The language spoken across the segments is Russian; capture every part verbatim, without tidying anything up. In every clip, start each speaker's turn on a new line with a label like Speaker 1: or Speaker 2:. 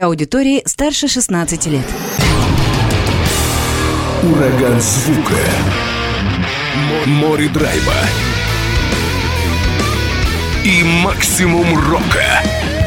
Speaker 1: Аудитории старше шестнадцати лет.
Speaker 2: Ураган звука. Море драйва. И максимум рока.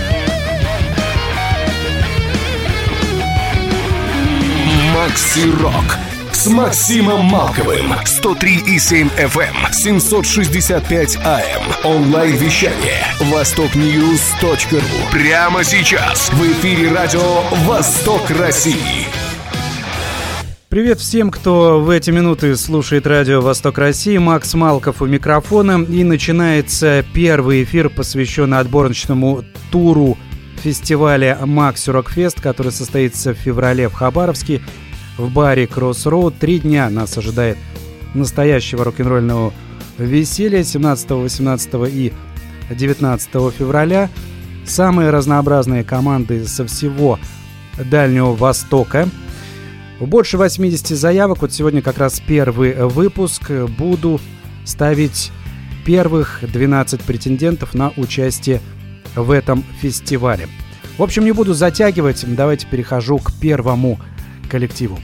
Speaker 2: Макси Рок с Максимом Малковым. сто три и семь эф эм, семьсот шестьдесят пять эй эм. Онлайн-вещание восток ньюс точка ру. Прямо сейчас в эфире радио «Восток России».
Speaker 3: Привет всем, кто в эти минуты слушает радио «Восток России». Макс Малков у микрофона. И начинается первый эфир, посвященный отборочному туру фестиваля «Макси Рок Фест», который состоится в феврале в Хабаровске в баре Crossroad. Три дня нас ожидает настоящего рок-н-ролльного веселья семнадцатого, восемнадцатого и девятнадцатого февраля. Самые разнообразные команды со всего Дальнего Востока. Больше восьмидесяти заявок. Вот сегодня как раз первый выпуск. Буду ставить первых двенадцать претендентов на участие в этом фестивале. В общем, не буду затягивать. Давайте перехожу к первому коллективу.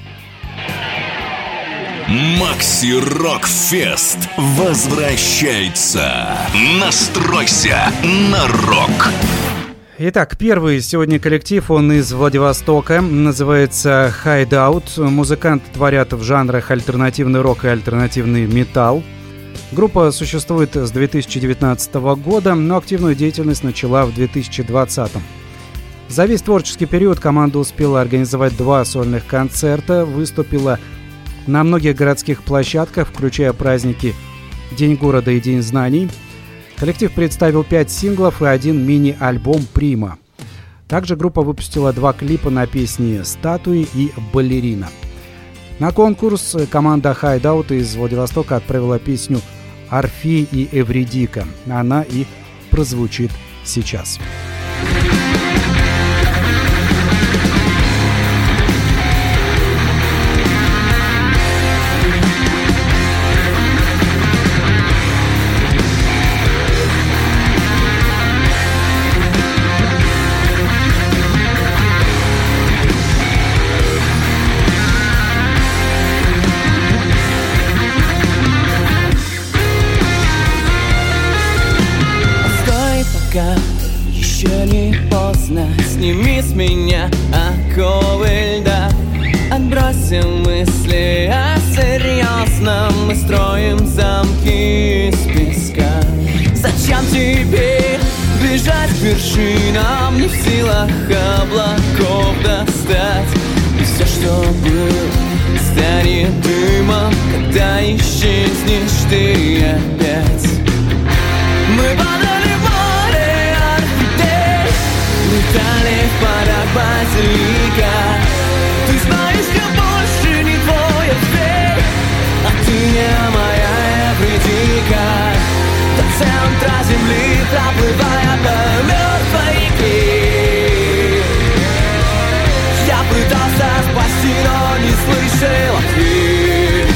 Speaker 2: Макси Рок Фест возвращается. Настройся на рок.
Speaker 3: Итак, первый сегодня коллектив, он из Владивостока, называется Hideout. Музыканты творят в жанрах альтернативный рок и альтернативный металл. Группа существует с две тысячи девятнадцатого года, но активную деятельность начала в две тысячи двадцатом. За весь творческий период команда успела организовать два сольных концерта, выступила на многих городских площадках, включая праздники День города и День знаний. Коллектив представил пять синглов и один мини-альбом «Прима». Также группа выпустила два клипа на песни «Статуи» и «Балерина». На конкурс команда Hideout из Владивостока отправила песню «Орфей и Эвридика». Она и прозвучит сейчас.
Speaker 4: Еще не поздно, сними с меня оковы льда. Отбросим мысли о серьезном, мы строим замки из песка. Зачем тебе бежать к вершинам, не в силах облаков достать? И все, что было, станет дымом, когда исчезнешь ты опять. Мы падали в море орхидей, летали в парах базилика. Ты знаешь, я больше не твой Орфей, а ты не моя Эвридика. До центра земли, проплывая по мертвой реке, я пытался спасти, но не слышал ответ.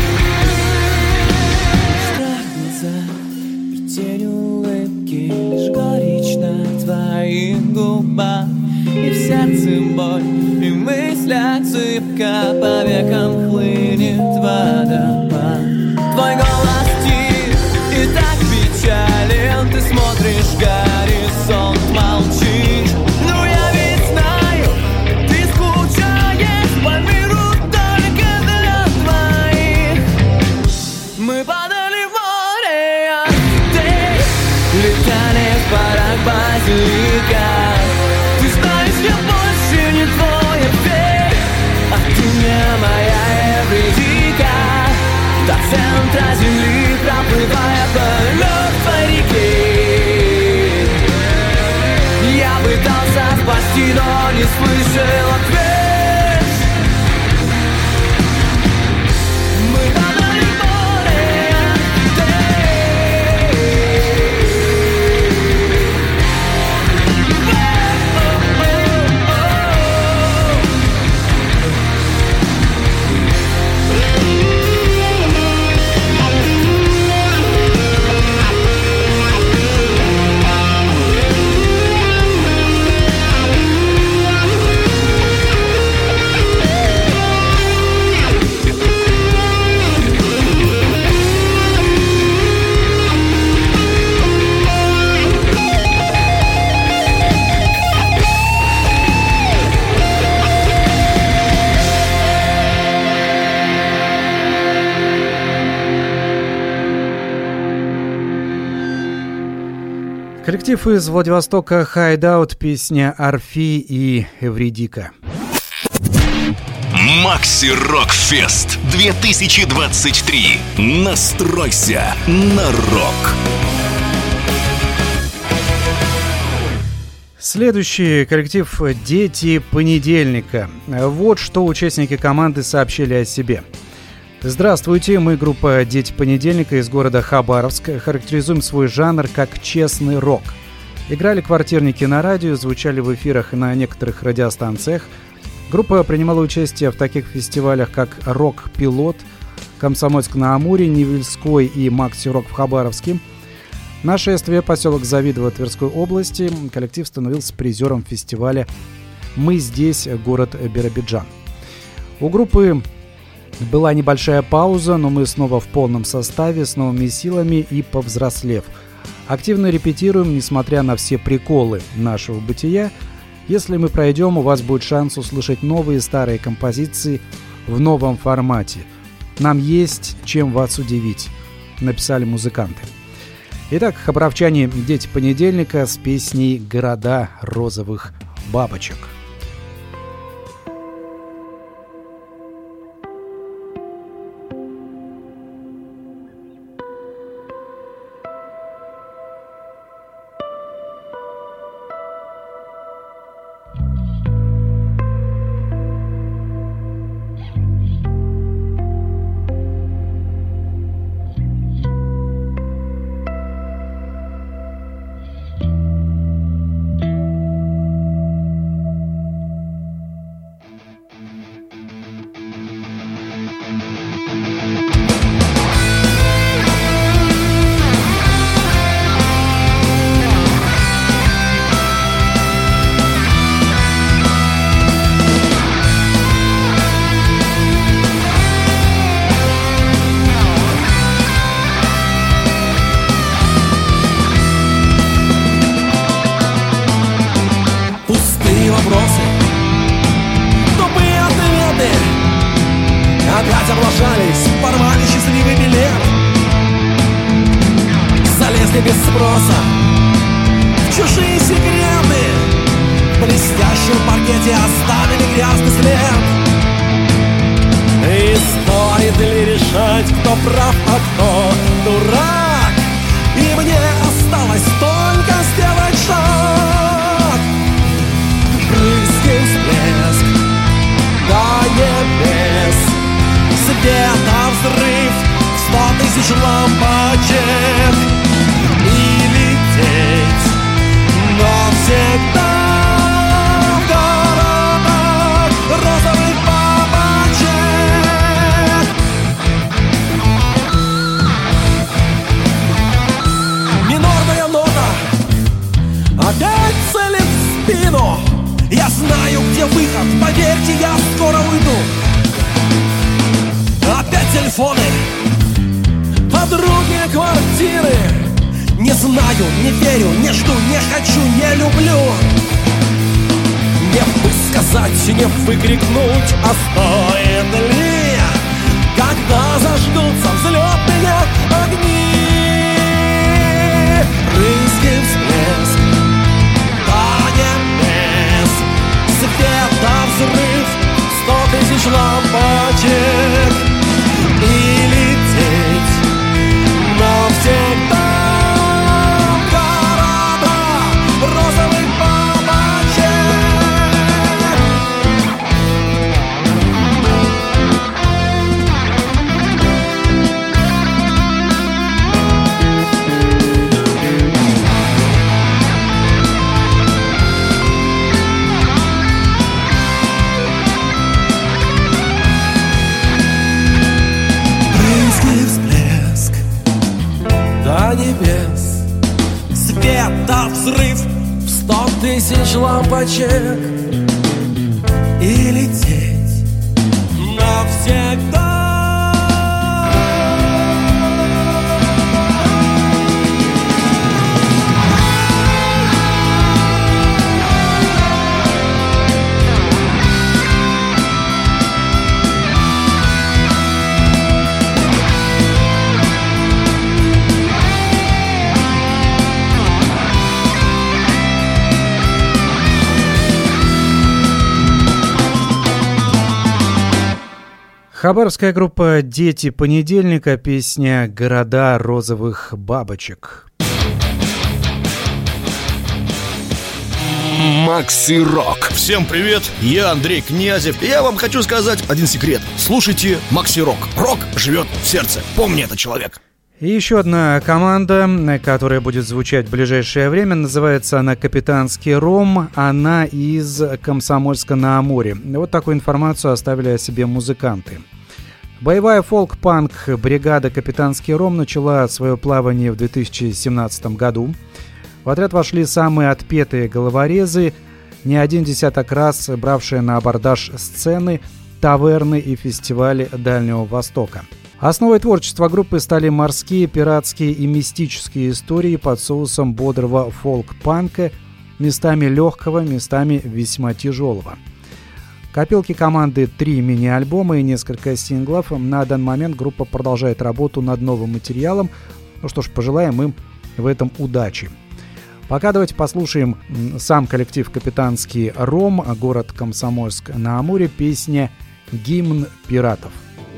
Speaker 4: Страх глаза и тень улыбки, лишь горечь на твоих губах. И в сердце боль, и в мыслях зыбка, по векам хлынет водопад. Твой голос тих и так печален, ты смотришь в горизонт, молчишь. Но я ведь знаю, ты скучаешь по миру только для твоих. Мы падали в море орхидей, летали в парах базилика. Ты знаешь, я больше не твой Орфей, а ты не моя Эвридика. До центра земли, проплывая по мертвой реке, я пытался спасти, но не слышал ответ. Мы падали в море орхидей.
Speaker 3: Коллектив из Владивостока Hideout, песня «Орфей» и «Эвридика».
Speaker 2: Макси Рок Фест две тысячи двадцать три. Настройся на рок.
Speaker 3: Следующий коллектив «Дети понедельника». Вот что участники команды сообщили о себе. Здравствуйте, мы группа «Дети понедельника» из города Хабаровск. Характеризуем свой жанр как честный рок. Играли квартирники на радио, звучали в эфирах на некоторых радиостанциях. Группа принимала участие в таких фестивалях, как «Рок-пилот», «Комсомольск-на-Амуре», «Невельской» и «Макси-рок» в Хабаровске. Нашествие, поселок Завидово Тверской области. Коллектив становился призером фестиваля «Мы здесь», город Биробиджан. У группы была небольшая пауза, но мы снова в полном составе, с новыми силами и повзрослев. Активно репетируем, несмотря на все приколы нашего бытия. Если мы пройдем, у вас будет шанс услышать новые старые композиции в новом формате. Нам есть чем вас удивить, написали музыканты. Итак, хабаровчане «Дети понедельника» с песней «Города розовых бабочек».
Speaker 4: Лампочек и лететь навсегда.
Speaker 3: Хабаровская группа «Дети понедельника», песня «Города розовых бабочек».
Speaker 2: Макси Рок.
Speaker 5: Всем привет, я Андрей Князев. И я вам хочу сказать один секрет. Слушайте Макси Рок. Рок живет в сердце. Помни это, человек.
Speaker 3: И еще одна команда, которая будет звучать в ближайшее время, называется она «Капитанский ром». Она из Комсомольска-на-Амуре. Вот такую информацию оставили о себе музыканты. Боевая фолк-панк бригада «Капитанский ром» начала свое плавание в две тысячи семнадцатом году. В отряд вошли самые отпетые головорезы, не один десяток раз бравшие на абордаж сцены, таверны и фестивали Дальнего Востока. Основой творчества группы стали морские, пиратские и мистические истории под соусом бодрого фолк-панка, местами легкого, местами весьма тяжелого. В копилке команды три мини-альбома и несколько синглов. На данный момент группа продолжает работу над новым материалом. Ну что ж, пожелаем им в этом удачи. Пока давайте послушаем сам коллектив «Капитанский ром», город Комсомольск-на-Амуре, песня «Гимн пиратов».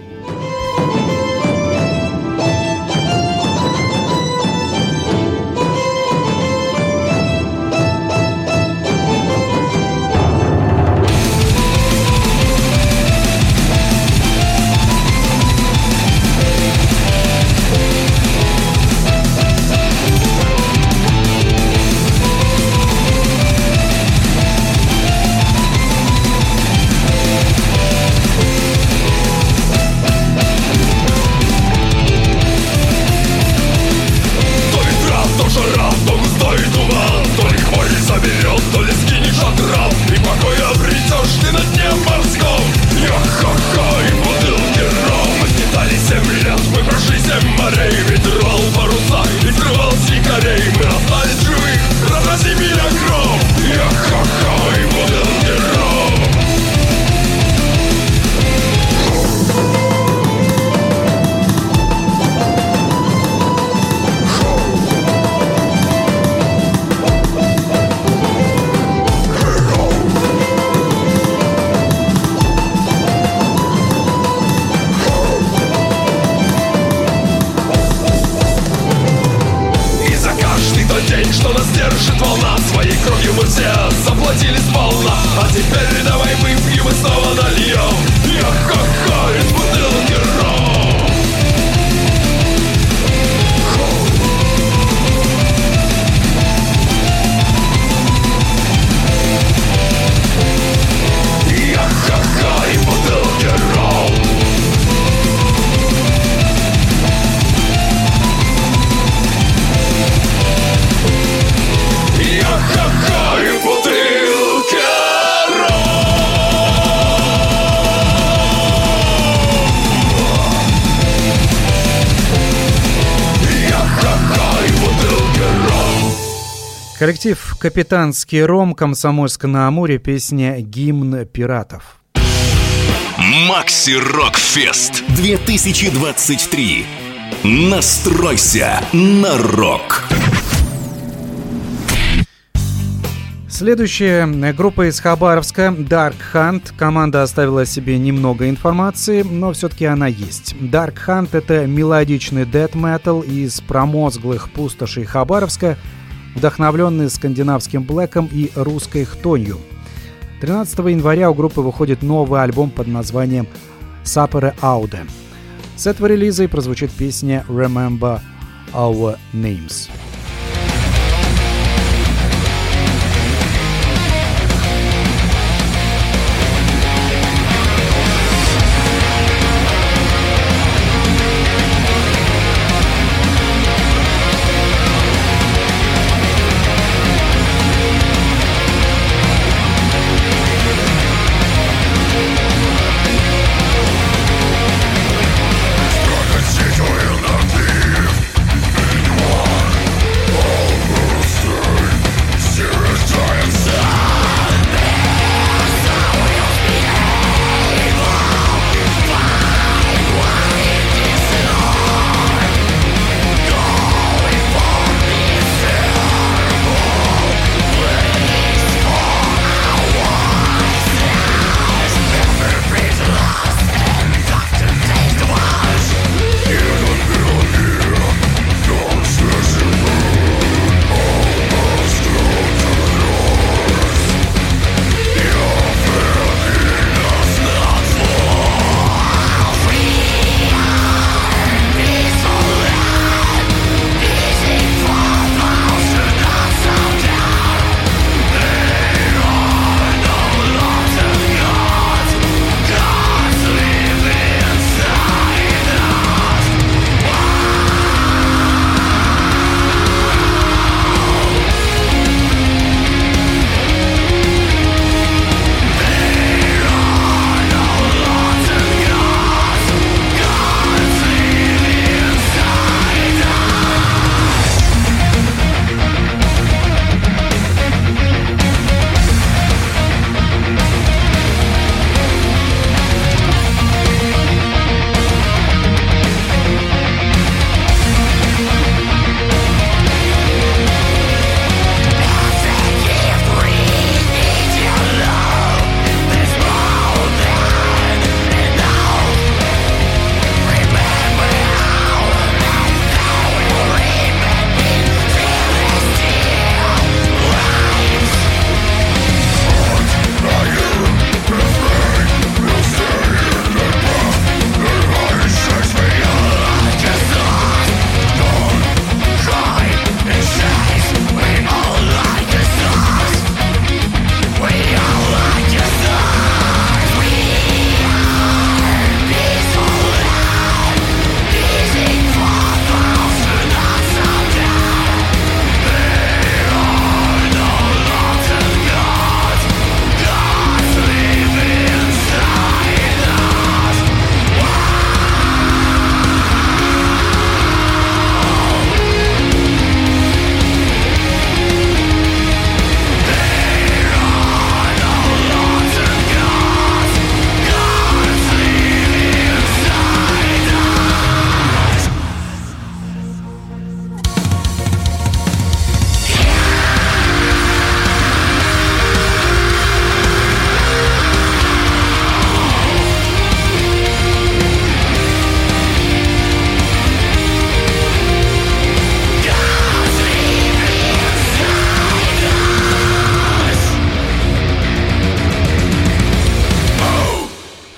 Speaker 3: Коллектив «Капитанский ром», Комсомольска-на-Амуре, песня «Гимн пиратов».
Speaker 2: Макси Рок Фест две тысячи двадцать три. Настройся на рок.
Speaker 3: Следующая группа из Хабаровска, Dark Hunt. Команда оставила себе немного информации, но все-таки она есть. Dark Hunt — это мелодичный дэт-метал из промозглых пустошей Хабаровска, вдохновленный скандинавским блэком и русской хтонью. тринадцатого января у группы выходит новый альбом под названием «Sapere Aude». С этого релиза и прозвучит песня «Remember Our Names».
Speaker 6: Sitting on the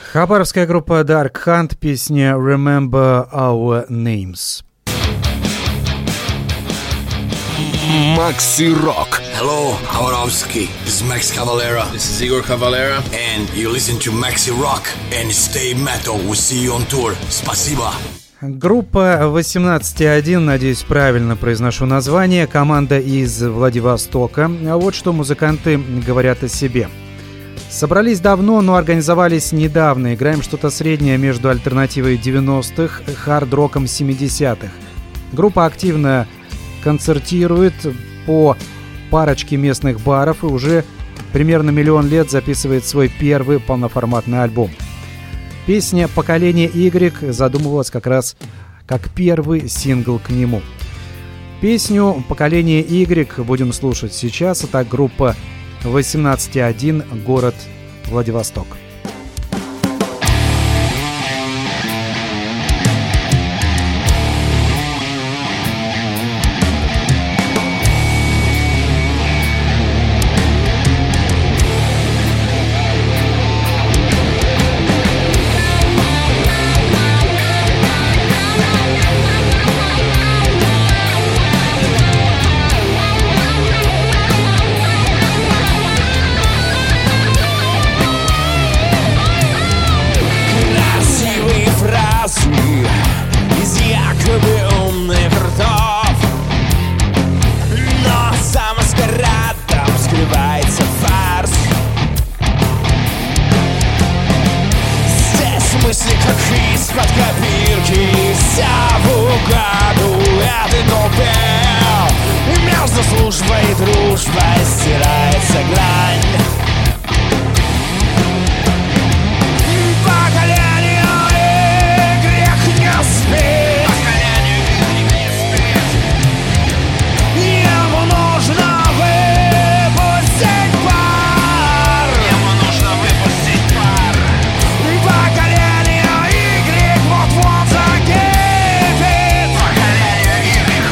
Speaker 3: Хабаровская группа Dark Hunt, песня Remember Our Names.
Speaker 2: Макси Рок.
Speaker 6: Hello, Хабаровский. This is Max Cavalera.
Speaker 7: This is Igor Cavalera.
Speaker 6: And you listen to Maxi Rock and Stay Metal. We'll see you on tour. Спасибо.
Speaker 3: Группа восемнадцать один, надеюсь, правильно произношу название, команда из Владивостока. А вот что музыканты говорят о себе. Собрались давно, но организовались недавно. Играем что-то среднее между альтернативой девяностых и хард-роком семидесятых. Группа активно концертирует по парочке местных баров и уже примерно миллион лет записывает свой первый полноформатный альбом. Песня «Поколение Y» задумывалась как раз как первый сингл к нему. Песню «Поколение Y» будем слушать сейчас. Это группа восемнадцать один, город Владивосток.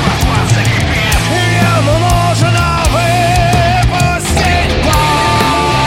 Speaker 8: Ему нужно выпустить пар.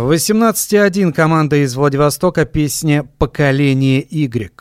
Speaker 3: восемнадцать один команда из Владивостока, песня «Поколение Y».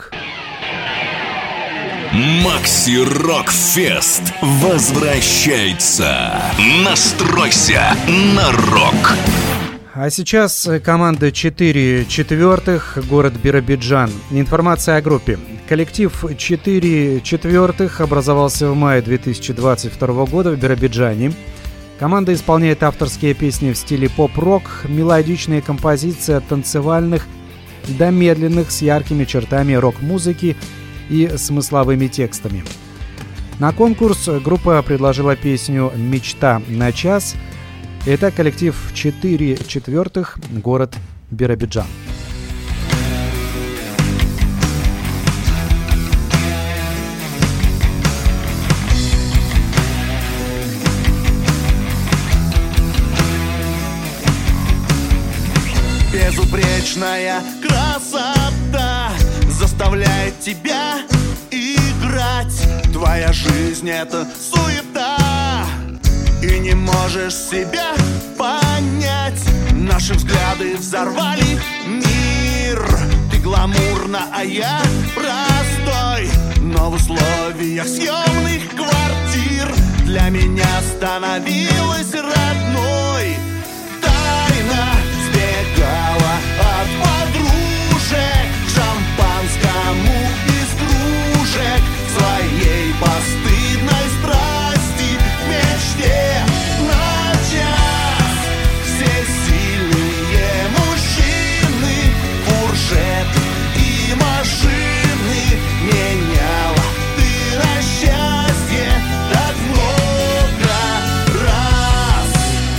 Speaker 2: Макси Рок Фест возвращается. Настройся на рок.
Speaker 3: А сейчас команда четыре четвертых, город Биробиджан. Информация о группе. Коллектив четыре четвертых образовался в мае две тысячи двадцать второго года в Биробиджане. Команда исполняет авторские песни в стиле поп-рок, мелодичные композиции от танцевальных до медленных с яркими чертами рок-музыки и смысловыми текстами. На конкурс группа предложила песню «Мечта на час». Это коллектив четыре четвертых, город Биробиджан.
Speaker 7: Безупречная красота заставляет тебя играть. Твоя жизнь — это суета, и не можешь себя понять. Наши взгляды взорвали мир. Ты гламурна, а я простой, но в условиях съемных квартир для меня становилась родной. Тайна сбегала от подружек к шампанскому из кружек, своей постыдной страсти к мечте на час. Все сильные мужчины, фуршет и машины меняла ты на счастье так много раз.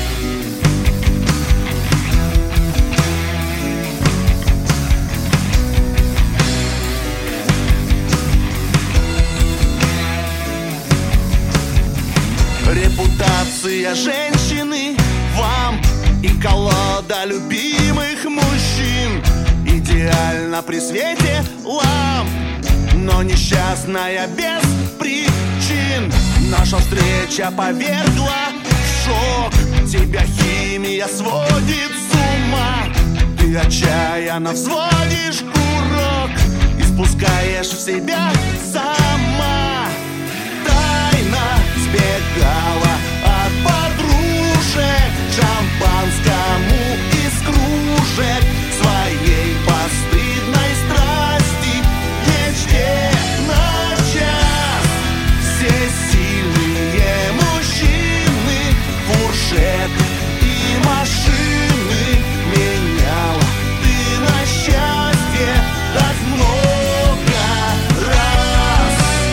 Speaker 7: Репутация женщины вам и колода любимых мужчин идеально при свете ламп, но несчастная без причин. Наша встреча повергла в шок, тебя химия сводит с ума. Ты отчаянно взводишь курок и спускаешь в себя сама. Тайна сбегала от подружек к шампанскому из кружек, своей постыдной страсти мечте на час. Все сильные мужчины, фуршет и машины меняла ты на счастье так много раз.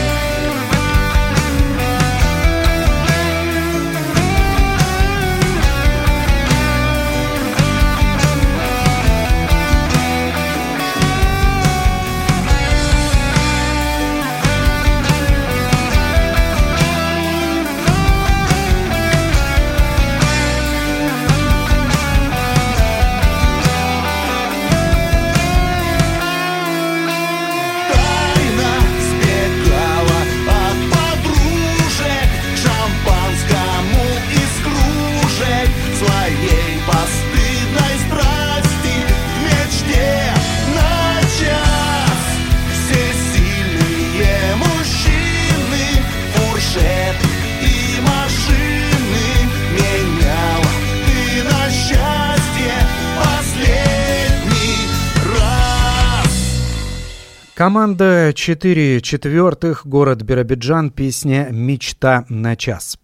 Speaker 7: Тайна сбегала от подружек к шампанскому из кружек, своей постыдной страсти к мечте на час. Все сильные мужчины, фуршет и машины меняла ты на счастье последний раз.
Speaker 3: Команда четыре четвертых, город Биробиджан, песня «Мечта на час».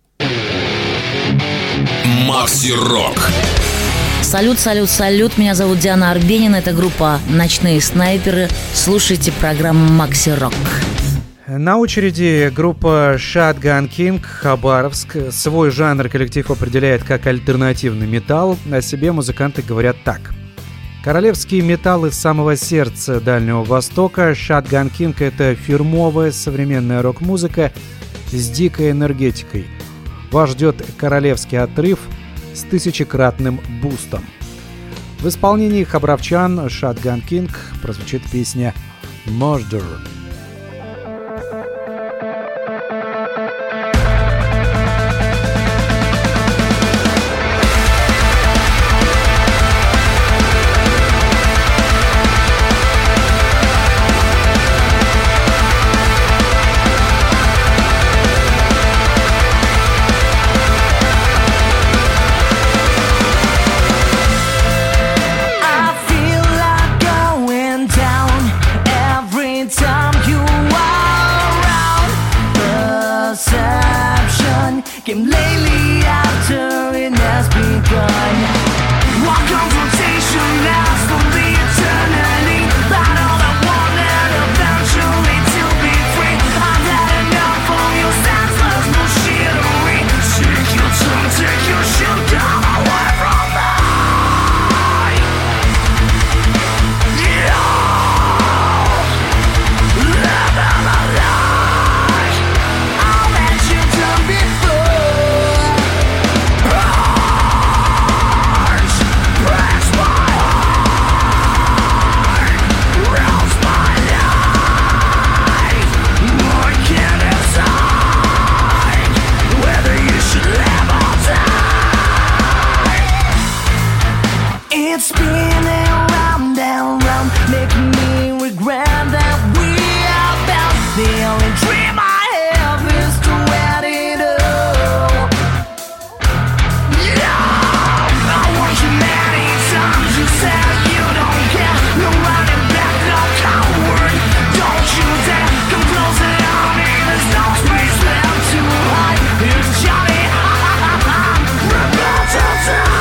Speaker 2: Макси Рок.
Speaker 8: Салют, салют, салют. Меня зовут Диана Арбенина. Это группа «Ночные снайперы». Слушайте программу «Макси Рок».
Speaker 3: На очереди группа Shotgun King, Хабаровск. Свой жанр коллектив определяет как альтернативный металл. О себе музыканты говорят так: королевский металл из самого сердца Дальнего Востока. Shotgun King — это фирмовая современная рок-музыка с дикой энергетикой. Вас ждет королевский отрыв с тысячекратным бустом. В исполнении хабаровчан Shotgun King прозвучит песня «Murder».
Speaker 4: one came lately after it has begun. What confrontation lasts for the eternity, but all I wanted eventually to be free. I've had enough of your senseless bullshittery. Take your time, take your shit down away from me. It's spinning round and round, making me regret that we are bound. The only dream I have is to end it all. Yeah, I want you many times. You said you don't care. No running back, no coward. Don't you dare come closer, honey. There's no space left to hide. Here's Johnny. Rebel to die.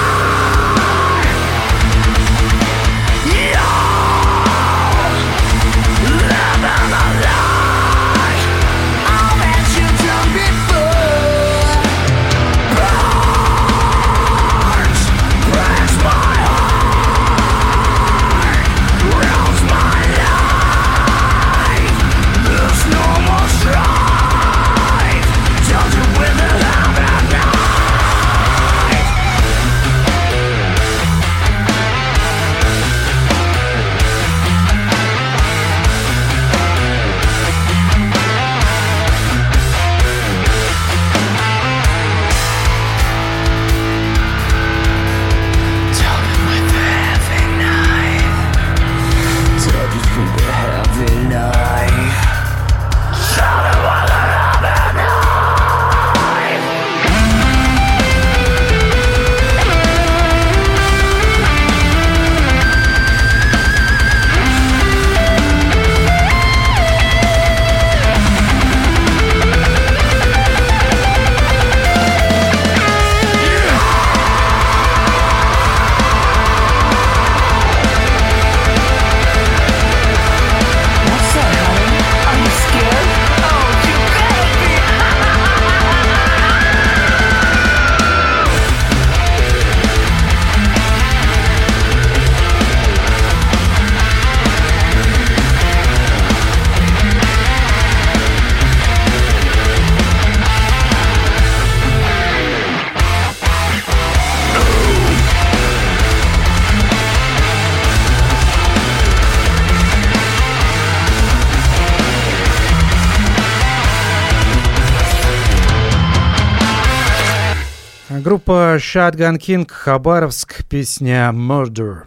Speaker 3: Группа Shotgun King, Хабаровск, песня Murder.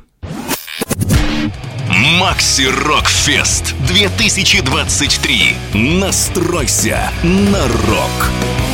Speaker 2: Макси Рок Фест две тысячи двадцать три. Настройся на рок.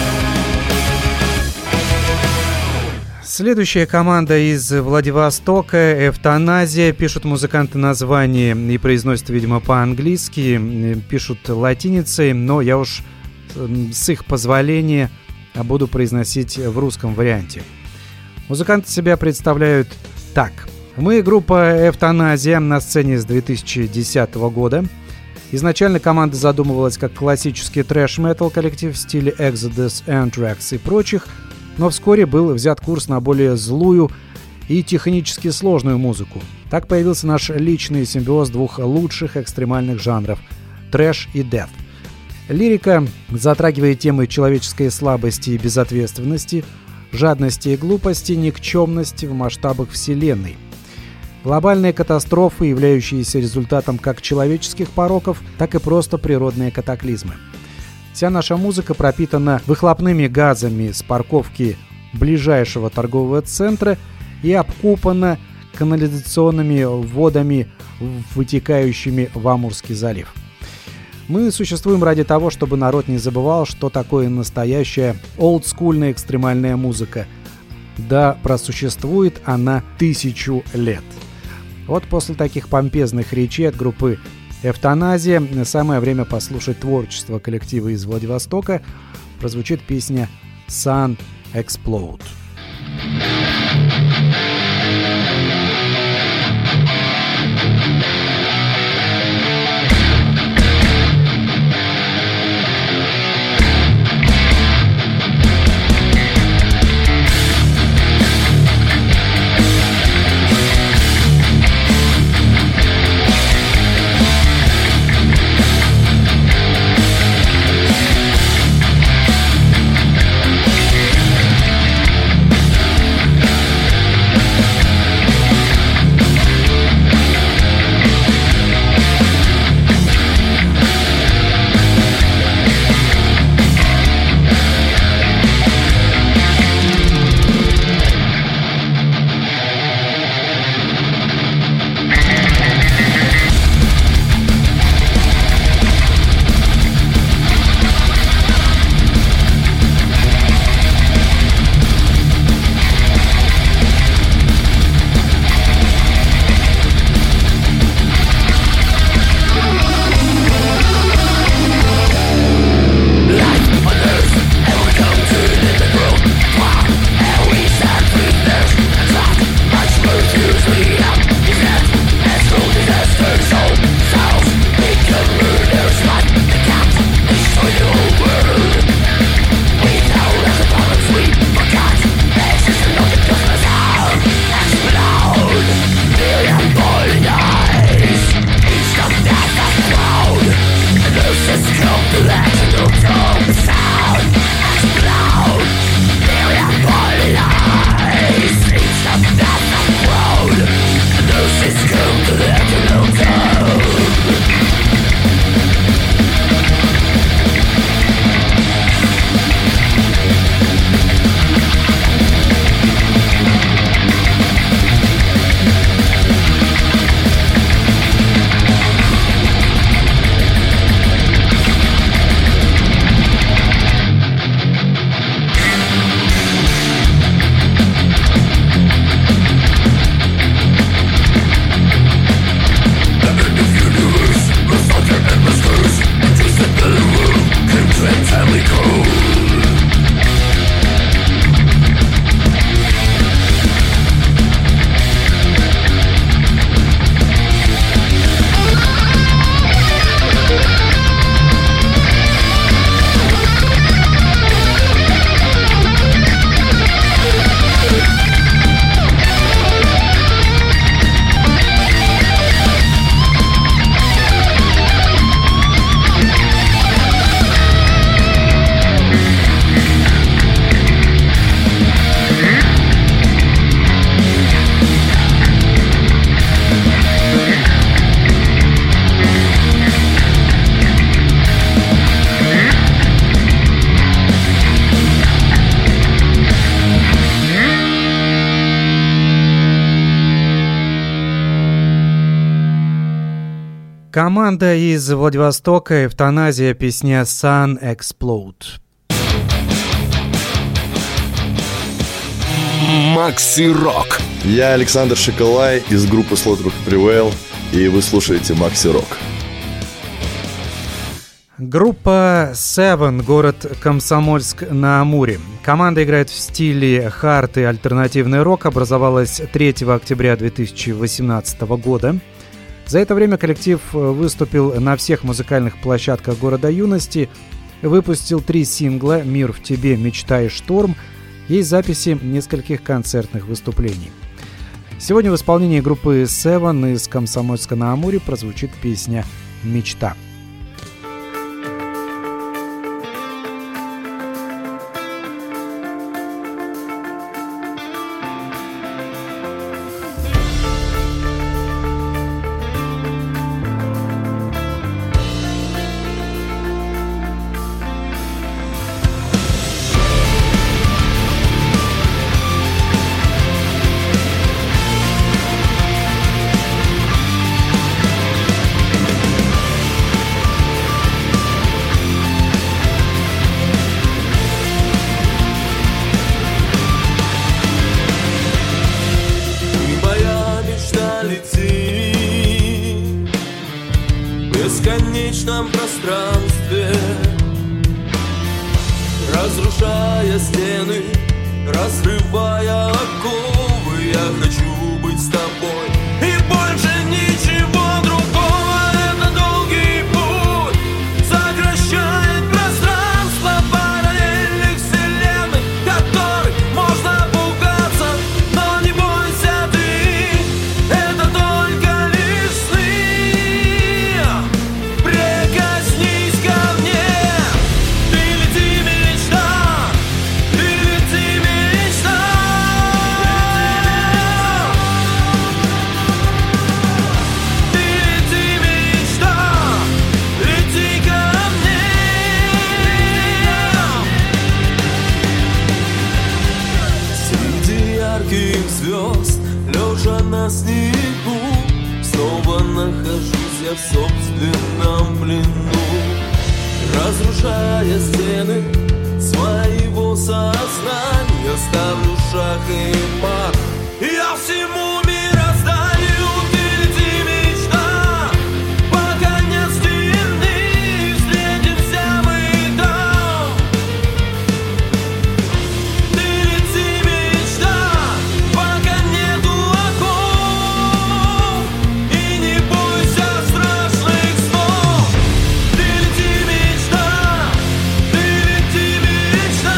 Speaker 3: Следующая команда из Владивостока, Эвтаназия. Пишут музыканты название и произносят, видимо, по-английски. Пишут латиницей, но я уж с их позволения буду произносить в русском варианте. Музыканты себя представляют так. Мы группа Эвтаназия на сцене с две тысячи десятого года. Изначально команда задумывалась как классический трэш-метал коллектив в стиле Exodus, Anthrax и прочих, но вскоре был взят курс на более злую и технически сложную музыку. Так появился наш личный симбиоз двух лучших экстремальных жанров – трэш и дэт. Лирика затрагивает темы человеческой слабости и безответственности, жадности и глупости, никчемности в масштабах Вселенной. Глобальные катастрофы, являющиеся результатом как человеческих пороков, так и просто природные катаклизмы. Вся наша музыка пропитана выхлопными газами с парковки ближайшего торгового центра и обкупана канализационными водами, вытекающими в Амурский залив. Мы существуем ради того, чтобы народ не забывал, что такое настоящая олдскульная экстремальная музыка. Да просуществует она тысячу лет. Вот после таких помпезных речей от группы «Эвтаназия» самое время послушать творчество коллектива из Владивостока. Прозвучит песня Sun Explode. Команда из Владивостока, «Эвтаназия», песня «Sun Explode».
Speaker 2: Макси-рок.
Speaker 9: Я Александр Шоколай из группы Slaughter Prevail, и вы слушаете Макси-рок.
Speaker 3: Группа Seven, город Комсомольск-на-Амуре. Команда играет в стиле хард и альтернативный рок, образовалась третьего октября две тысячи восемнадцатого года. За это время коллектив выступил на всех музыкальных площадках города юности, выпустил три сингла «Мир в тебе», «Мечта» и «Шторм». Есть записи нескольких концертных выступлений. Сегодня в исполнении группы Seven из Комсомольска-на-Амуре прозвучит песня «Мечта».
Speaker 7: бесконечном пространстве, разрушая стены. ярких звезд, лежа на снегу, снова нахожусь я в собственном плену, разрушая стены своего сознания, ставлю шаг и мат. Я всему мирозданию, ты лети, мечта, пока нет стены, встретимся мы там. Ты лети, мечта, пока нету оков, и не бойся страшных снов. Ты лети, мечта, ты лети, мечта.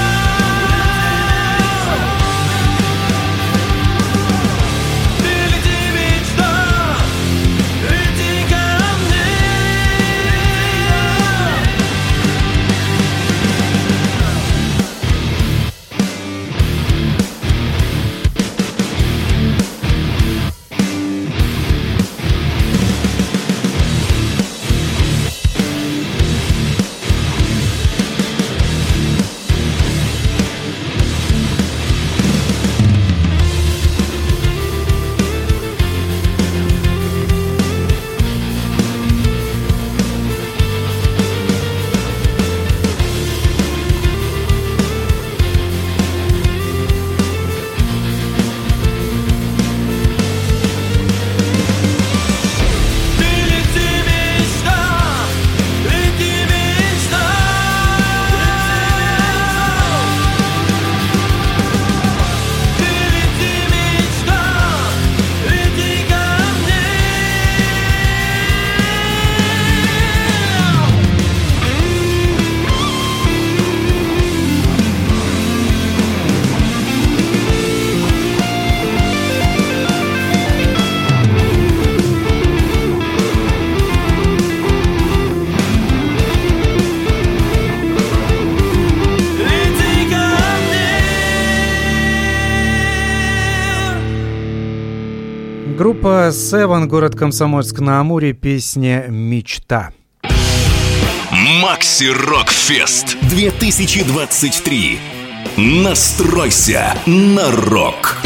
Speaker 3: Группа Seven, город Комсомольск-на-Амуре, песня «Мечта».
Speaker 2: Макси Рок Фест две тысячи двадцать три. Настройся на рок.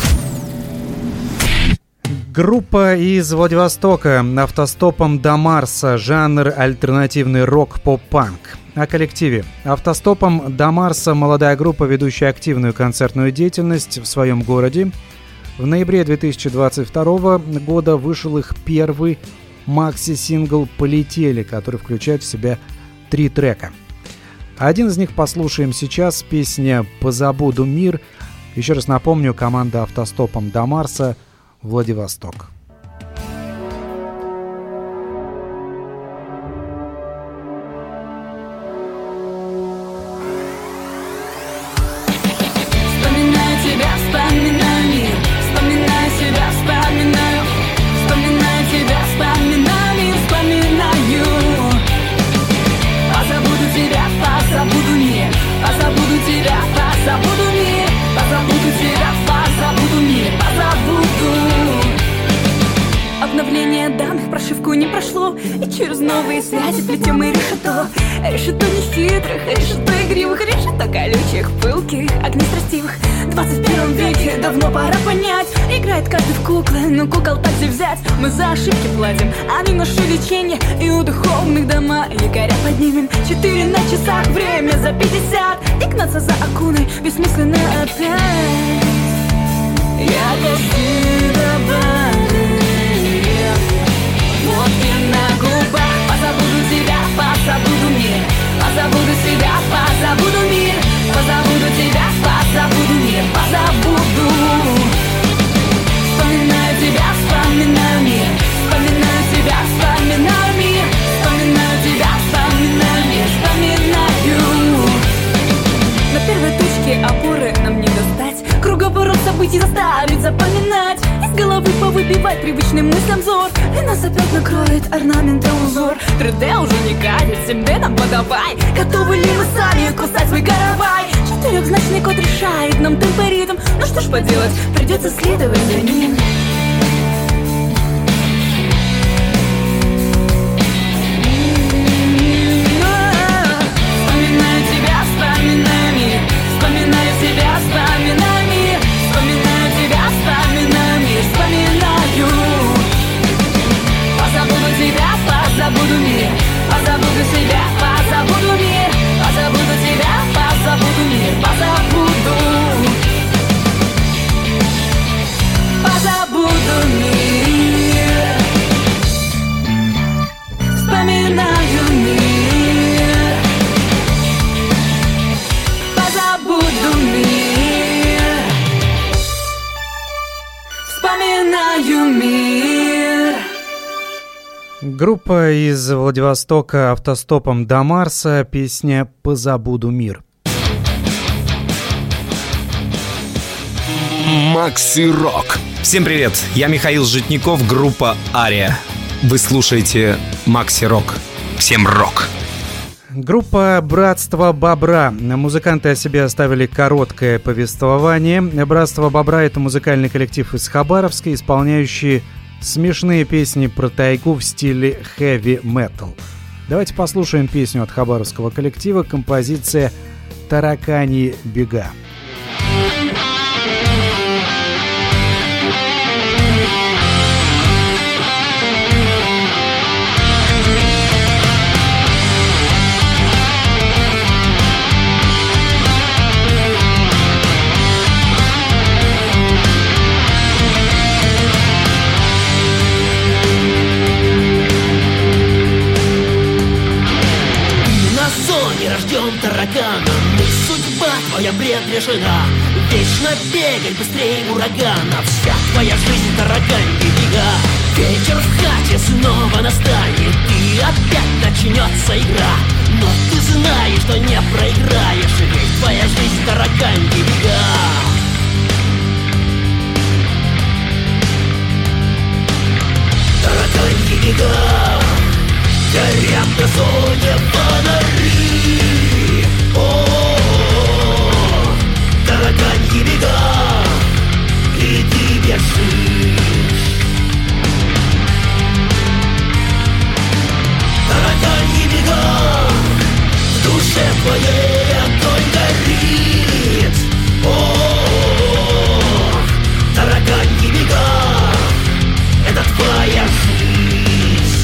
Speaker 3: Группа из Владивостока, автостопом до Марса, жанр альтернативный рок-поп-панк. О коллективе. Автостопом до Марса молодая группа, ведущая активную концертную деятельность в своем городе. В ноябре две тысячи двадцать второго года вышел их первый макси-сингл «Полетели», который включает в себя три трека. Один из них послушаем сейчас, песня «Позабуду мир». Еще раз напомню, команда «Автостопом до Марса», Владивосток.
Speaker 4: Вспоминаю тебя, вспоминаю мир, вспоминаю себя, вспоминаю, вспоминаю тебя, вспоминаю мир, вспоминаю. Позабуду тебя, позабуду мир, позабуду тебя, позабуду мир, позабуду тебя, позабуду мир, позабуду. Обновление данных, прошивку не прошло, и через новые связи плетем мы решето. Решето не хитрых, решето игривых, решето колючих, пылких, огнестрастивых. В двадцать первом веке давно пора понять, играет каждый в куклы, но кукол так же взять. Мы за ошибки платим, они наше лечение, и у духовных дома якоря поднимем. Четыре на часах, время за пятьдесят, и гнаться за акуной бессмысленно опять. Я почти добавлю водки на губах. Позабуду тебя, позабуду мир, позабуду себя, позабуду мир, позабуду тебя, позабуду мир, позабуду. Вспоминаю тебя, вспоминаю мир, вспоминаю себя, вспоминаю мир, вспоминаю тебя, вспоминаю мир, вспоминаю. На первой точке опоры нам не достать, круговорот событий заставить запоминать, из головы повыбивать привычным мыслям взор, и нас опять накроет орнаментом узор. три дэ уже не катит, семь дэ нам подавай, готовы ли мы сами кусать свой каравай? Четырехзначный код решает нам темп и ритм, ну что ж поделать, придется следовать за ним. Вспоминаю тебя, вспоминаю мир, вспоминаю себя, вспоминаю мир, вспоминаю знаю мир.
Speaker 3: Группа из Владивостока «Автостопом до Марса», песня «Позабуду мир».
Speaker 2: Макси Рок.
Speaker 10: Всем привет, я Михаил Житников, группа «Ария». Вы слушаете Макси Рок. Всем рок!
Speaker 3: Группа «Братство Бобра». Музыканты о себе оставили короткое повествование. «Братство Бобра» — это музыкальный коллектив из Хабаровска, исполняющий смешные песни про тайгу в стиле хэви-метал. Давайте послушаем песню от хабаровского коллектива, композиция «Тараканьи бега».
Speaker 11: Тараганом, и судьба твоя предрешена. Вечно бегай быстрее урагана. Вся твоя жизнь тараганьи бега. Вечер в хате снова настанет, и опять начнется игра. Но ты знаешь, что не проиграешь, ведь твоя жизнь тараганьи бега. Тараганьи бега, горят на зоне фонари. О-о-о, тараганьи бега, и ты бежишь. Тараганьи бега, в душе твоей огонь горит. О-о-о, тараганьи бега, это твоя жизнь.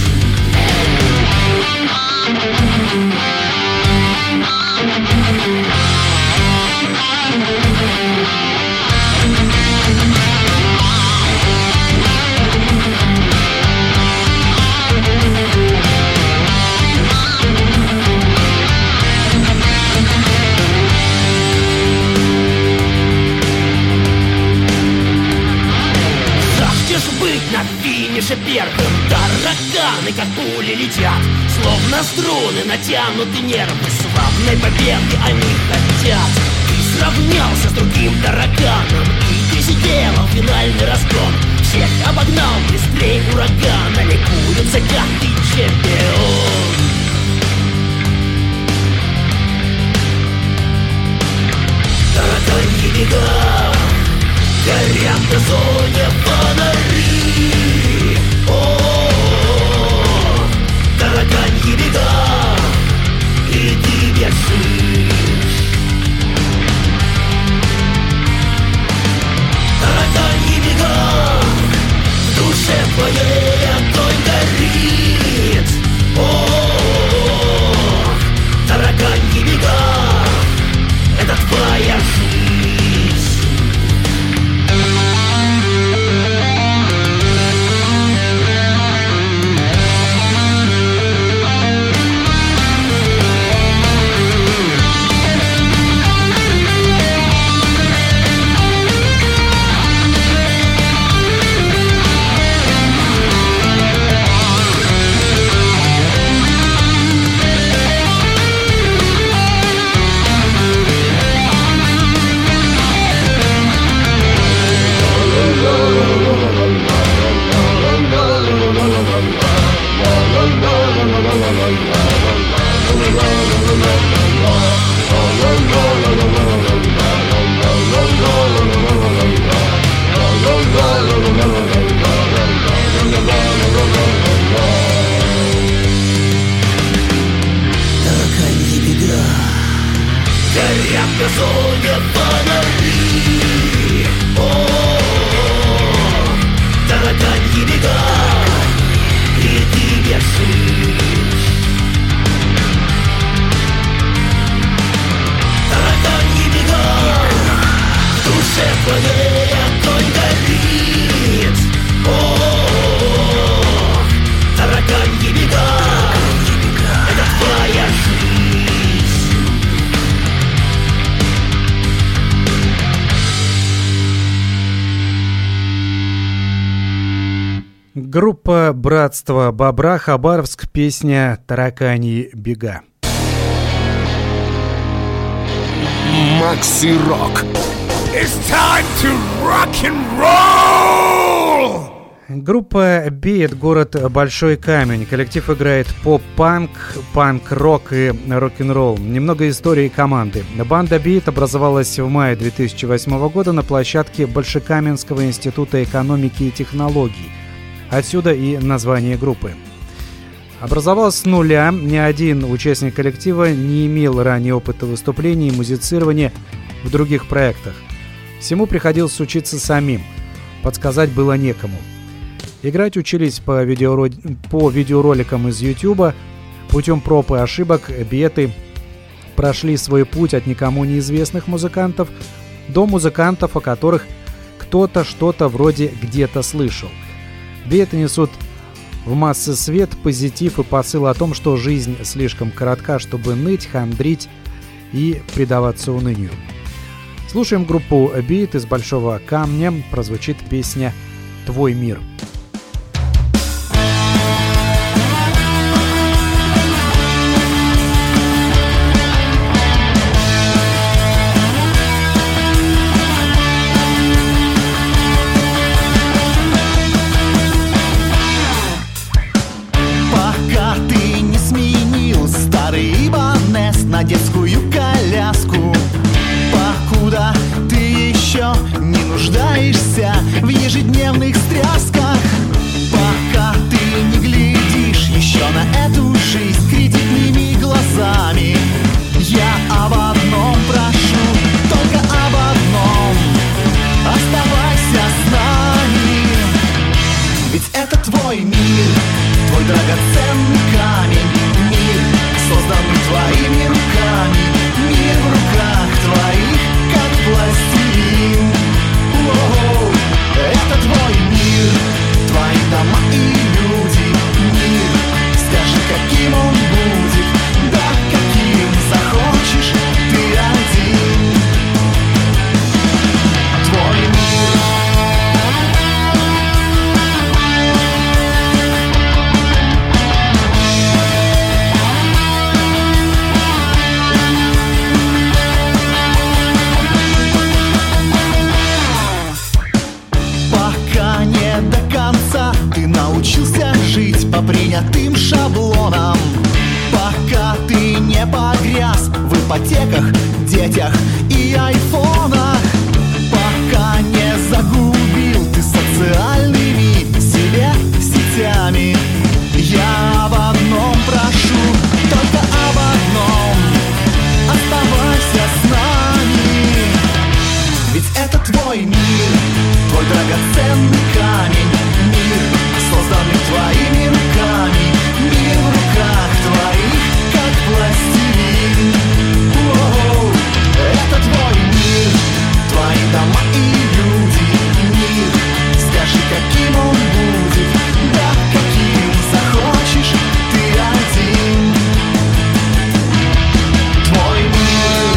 Speaker 11: На финише первым тараканы, как пули, летят, словно струны натянуты нервы. Славной победы они хотят. Ты сравнялся с другим тараканом, и ты сделал финальный разгон. Всех обогнал быстрее урагана, ликуют закаты чемпион. Тараканьи бега, горят на зоне фонари. О-о-о, тараганьи бега, и ты бежишь. Тараганьи бега, в душе твоей огонь горит. О-о-о, тараганьи бега, это твоя жизнь.
Speaker 3: Группа «Братство Бобра», Хабаровск, песня «Таракани бега».
Speaker 2: Макси Рок.
Speaker 6: It's time to rock and roll!
Speaker 3: Группа «Бит», город Большой Камень. Коллектив играет поп-панк, панк-рок и рок-н-ролл. Немного истории команды. Банда «Бит» образовалась в мае две тысячи восьмого года на площадке Большекаменского института экономики и технологий. Отсюда и название группы. Образовалась с нуля. Ни один участник коллектива не имел ранее опыта выступлений и музицирования в других проектах. Всему приходилось учиться самим. Подсказать было некому. Играть учились по, видеоро... по видеороликам из Ютуба. Путем проб и ошибок биты прошли свой путь от никому неизвестных музыкантов до музыкантов, о которых кто-то что-то вроде где-то слышал. Биты несут в массы свет, позитив и посыл о том, что жизнь слишком коротка, чтобы ныть, хандрить и предаваться унынию. Слушаем группу «Бит» из Большого Камня. Прозвучит песня «Твой мир».
Speaker 12: На детскую коляску, покуда ты еще не нуждаешься в ежедневных стрясках, пока ты не глядишь еще на эту жизнь кредитными глазами. Я об одном прошу, только об одном: оставайся с нами. Ведь это твой мир, твой драгоценный камень, мир, созданный твоими руками, мир в руках твоих, как пластилин. Воу, это твой мир, твои дома и люди, мир. Скажи, каким он будет, да каким захочешь ты один. Твой мир. Научился жить по принятым шаблонам, пока ты не погряз в ипотеках, детях и айфонах, пока не загубил ты социальными себе сетями. Я об одном прошу, только об одном: оставайся с нами. Ведь это твой мир, твой драгоценный камень, мир, созданный твоими руками, мир в руках твоих, как пластилин. Воу, это твой мир, твои дома и люди, мир. Скажи, каким он будет, да каким захочешь ты один. Твой мир.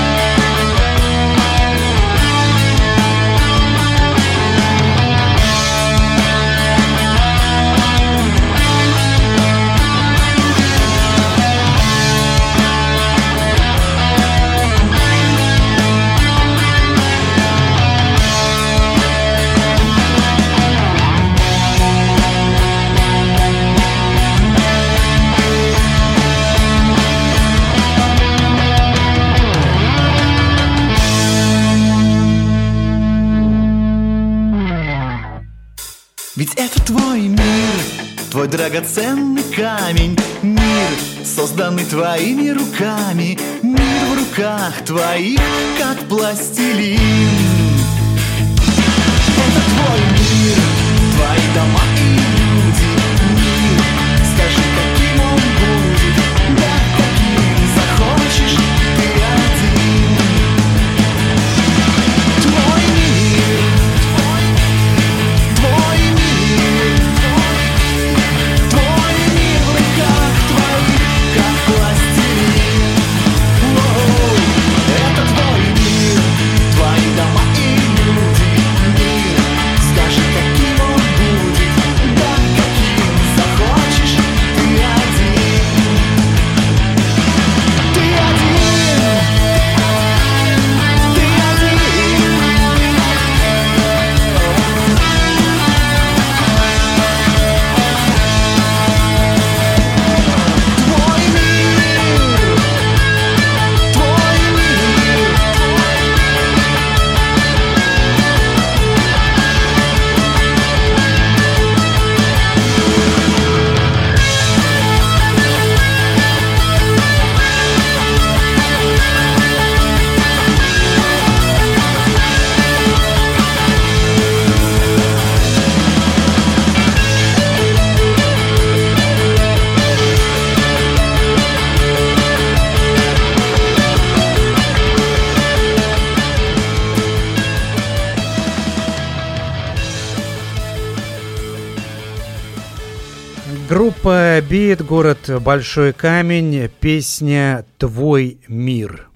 Speaker 12: Ведь это твой мир, твой драгоценный камень, мир, созданный твоими руками, мир в руках твоих, как пластилин. Это твой мир, твои дома и люди, мир. Скажи, каким он будет, да каким захочешь ты один. Твой мир, твой мир, твой мир в руках твоих, как пластилин. Воу, это твой мир, твои дома.
Speaker 3: Группа «Бит», город Большой Камень, песня «Твой мир».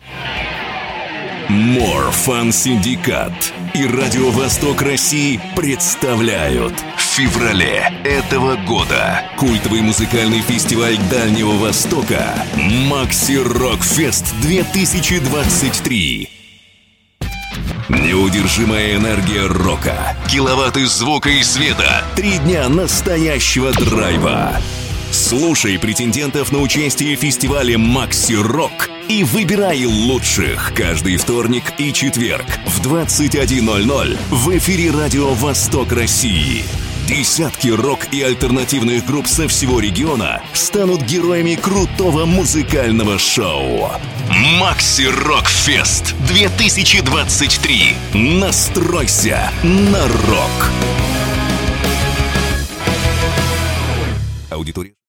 Speaker 2: Морфан Синдикат и Радио Восток России представляют в феврале этого года культовый музыкальный фестиваль Дальнего Востока «Макси Рок Фест две тысячи двадцать три». Неудержимая энергия рока, киловатты звука и света, три дня настоящего драйва. Слушай претендентов на участие в фестивале «Макси Рок» и выбирай лучших каждый вторник и четверг в двадцать один ноль ноль в эфире Радио Восток России. Десятки рок и альтернативных групп со всего региона станут героями крутого музыкального шоу. «Макси Рок Фест две тысячи двадцать три». Настройся на рок. Аудитория.